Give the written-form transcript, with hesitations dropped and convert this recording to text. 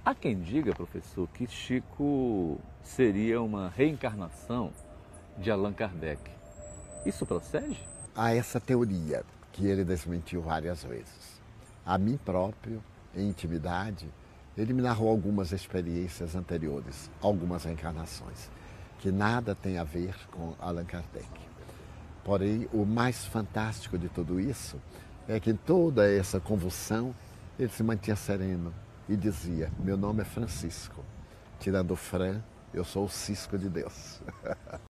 Há quem diga, professor, que Chico seria uma reencarnação de Allan Kardec. Isso procede? Há essa teoria que ele desmentiu várias vezes. A mim próprio, em intimidade, ele me narrou algumas experiências anteriores, algumas reencarnações, que nada tem a ver com Allan Kardec. Porém, o mais fantástico de tudo isso é que em toda essa convulsão ele se mantinha sereno e dizia: meu nome é Francisco, tirando o Fran, eu sou o Cisco de Deus.